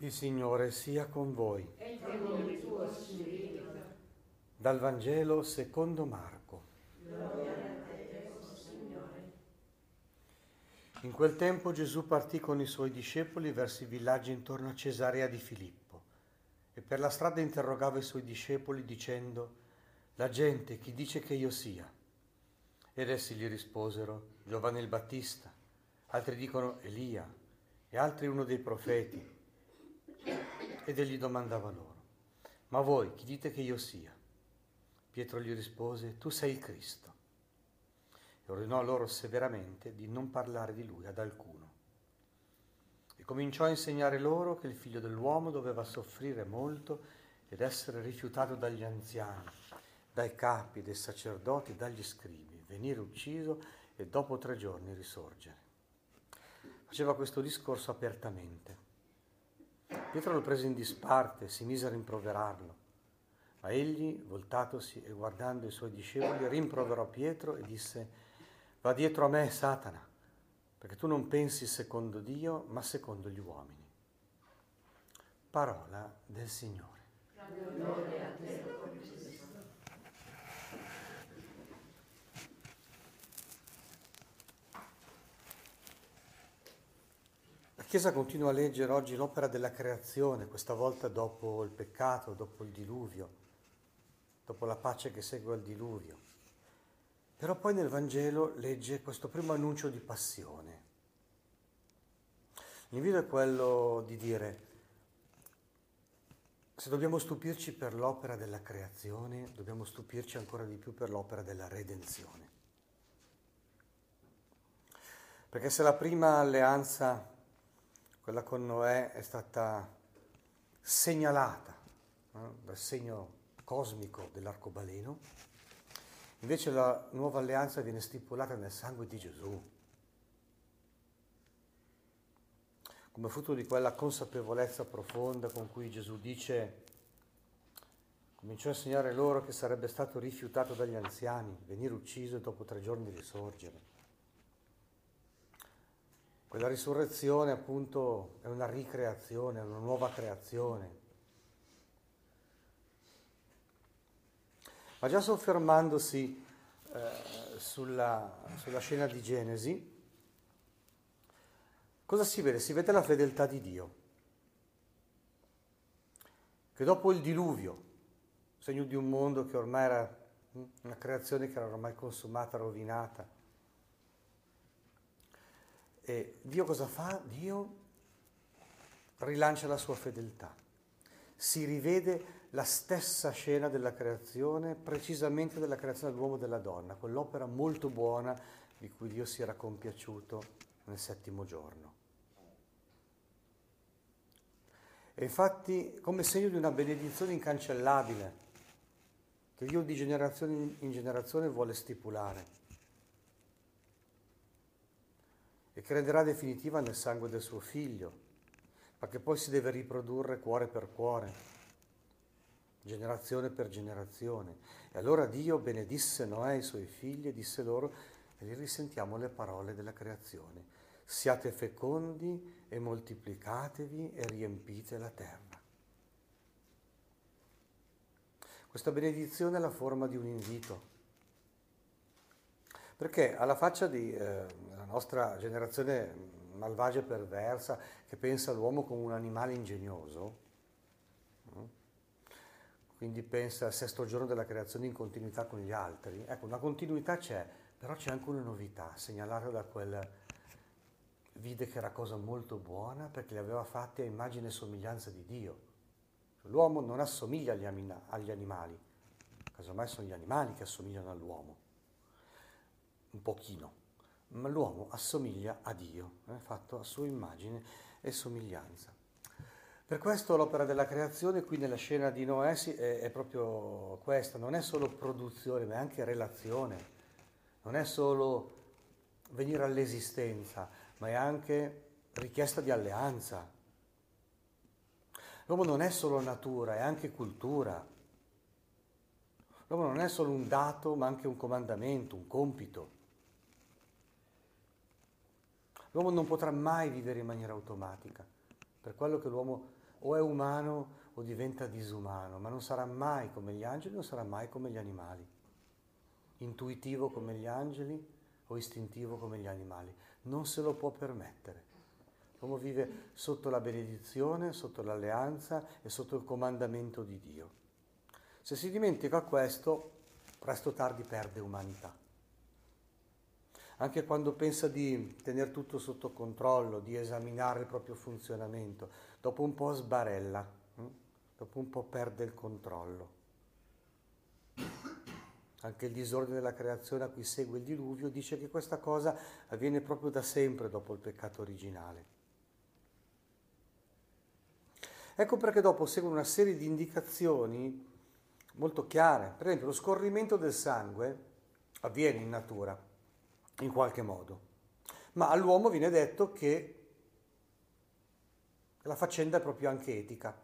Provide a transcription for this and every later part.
Il Signore sia con voi. E con il tuo spirito. Dal Vangelo secondo Marco. Gloria a te, o Signore. In quel tempo Gesù partì con i suoi discepoli verso i villaggi intorno a Cesarea di Filippo e per la strada interrogava i suoi discepoli dicendo: «La gente chi dice che io sia?» Ed essi gli risposero: «Giovanni il Battista, altri dicono Elia e altri uno dei profeti». Ed egli domandava loro: «Ma voi chi dite che io sia?» Pietro gli rispose: «Tu sei il Cristo». E ordinò loro severamente di non parlare di lui ad alcuno. E cominciò a insegnare loro che il Figlio dell'uomo doveva soffrire molto ed essere rifiutato dagli anziani, dai capi, dai sacerdoti, dagli scribi, venire ucciso e dopo 3 giorni risorgere. Faceva questo discorso apertamente. Pietro lo prese in disparte e si mise a rimproverarlo. Ma egli, voltatosi e guardando i suoi discepoli, rimproverò Pietro e disse: «Va dietro a me, Satana, perché tu non pensi secondo Dio, ma secondo gli uomini». Parola del Signore. Gloria a te, o Cristo. La Chiesa continua a leggere oggi l'opera della creazione, questa volta dopo il peccato, dopo il diluvio, dopo la pace che segue al diluvio. Però poi nel Vangelo legge questo primo annuncio di passione. L'invito è quello di dire: se dobbiamo stupirci per l'opera della creazione, dobbiamo stupirci ancora di più per l'opera della redenzione. Perché se la prima alleanza, quella con Noè, è stata segnalata dal segno cosmico dell'arcobaleno, invece la nuova alleanza viene stipulata nel sangue di Gesù, come frutto di quella consapevolezza profonda con cui Gesù cominciò a insegnare loro che sarebbe stato rifiutato dagli anziani, venire ucciso e dopo 3 giorni risorgere. Quella risurrezione appunto è una ricreazione, è una nuova creazione. Ma già soffermandosi sulla scena di Genesi, cosa si vede? Si vede la fedeltà di Dio, che dopo il diluvio, segno di un mondo che ormai era una creazione che era ormai consumata, rovinata, e Dio cosa fa? Dio rilancia la sua fedeltà. Si rivede la stessa scena della creazione, precisamente della creazione dell'uomo e della donna, quell'opera molto buona di cui Dio si era compiaciuto nel 7° giorno. E infatti, come segno di una benedizione incancellabile, che Dio di generazione in generazione vuole stipulare, e che renderà definitiva nel sangue del suo Figlio, ma che poi si deve riprodurre cuore per cuore, generazione per generazione. E allora Dio benedisse Noè e i suoi figli e disse loro, e lì risentiamo le parole della creazione: siate fecondi e moltiplicatevi e riempite la terra. Questa benedizione è la forma di un invito. Perché alla faccia della nostra generazione malvagia e perversa, che pensa all'uomo come un animale ingegnoso, quindi pensa al 6° giorno della creazione in continuità con gli altri, ecco, una continuità c'è, però c'è anche una novità, segnalata da quel vide che era cosa molto buona perché li aveva fatti a immagine e somiglianza di Dio. L'uomo non assomiglia agli animali, casomai sono gli animali che assomigliano all'uomo. Un pochino, ma l'uomo assomiglia a Dio, fatto a sua immagine e somiglianza. Per questo l'opera della creazione qui nella scena di Noè è proprio questa, non è solo produzione, ma è anche relazione, non è solo venire all'esistenza, ma è anche richiesta di alleanza. L'uomo non è solo natura, è anche cultura. L'uomo non è solo un dato, ma anche un comandamento, un compito. L'uomo non potrà mai vivere in maniera automatica, per quello che l'uomo o è umano o diventa disumano, ma non sarà mai come gli angeli, non sarà mai come gli animali. Intuitivo come gli angeli o istintivo come gli animali. Non se lo può permettere. L'uomo vive sotto la benedizione, sotto l'alleanza e sotto il comandamento di Dio. Se si dimentica questo, presto o tardi perde umanità. Anche quando pensa di tenere tutto sotto controllo, di esaminare il proprio funzionamento, dopo un po' sbarella, dopo un po' perde il controllo. Anche il disordine della creazione a cui segue il diluvio dice che questa cosa avviene proprio da sempre dopo il peccato originale. Ecco perché dopo seguono una serie di indicazioni molto chiare. Per esempio, lo scorrimento del sangue avviene in natura, in qualche modo, ma all'uomo viene detto che la faccenda è proprio anche etica.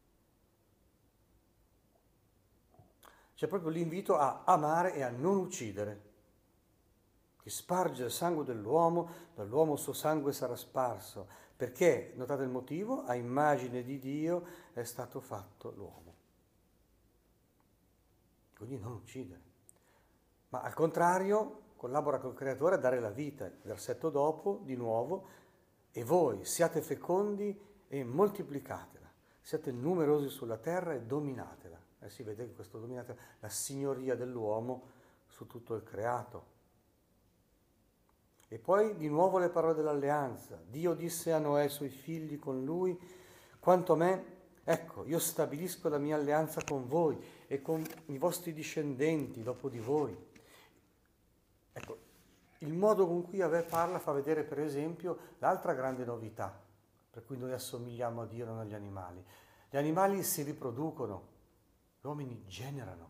C'è proprio l'invito a amare e a non uccidere. Chi sparge il sangue dell'uomo, dall'uomo il suo sangue sarà sparso, perché, notate il motivo, a immagine di Dio è stato fatto l'uomo. Quindi non uccidere. Ma al contrario, collabora col Creatore a dare la vita. Il versetto dopo, di nuovo, e voi siate fecondi e moltiplicatela, siate numerosi sulla terra e dominatela. E si vede che questo dominate la signoria dell'uomo su tutto il creato. E poi di nuovo le parole dell'alleanza. Dio disse a Noè e ai suoi figli con lui: quanto a me, ecco, io stabilisco la mia alleanza con voi e con i vostri discendenti dopo di voi. Ecco, il modo con cui parla fa vedere per esempio l'altra grande novità per cui noi assomigliamo a Dio, non agli animali. Gli animali si riproducono, gli uomini generano.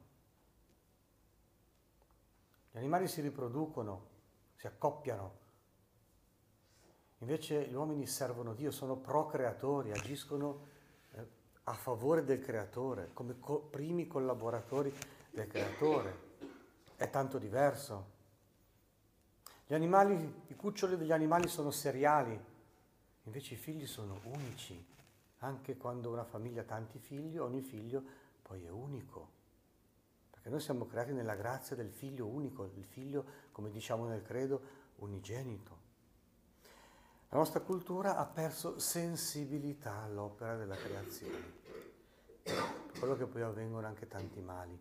Gli animali si riproducono, si accoppiano. Invece gli uomini servono Dio, sono procreatori, agiscono a favore del Creatore, come primi collaboratori del Creatore. È tanto diverso. Gli animali, i cuccioli degli animali sono seriali, invece i figli sono unici. Anche quando una famiglia ha tanti figli, ogni figlio poi è unico. Perché noi siamo creati nella grazia del figlio unico, il figlio, come diciamo nel credo, unigenito. La nostra cultura ha perso sensibilità all'opera della creazione, per quello che poi avvengono anche tanti mali.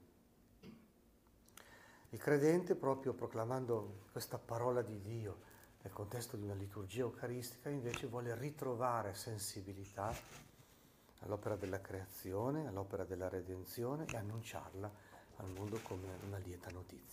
Il credente, proprio proclamando questa parola di Dio nel contesto di una liturgia eucaristica, invece vuole ritrovare sensibilità all'opera della creazione, all'opera della redenzione e annunciarla al mondo come una lieta notizia.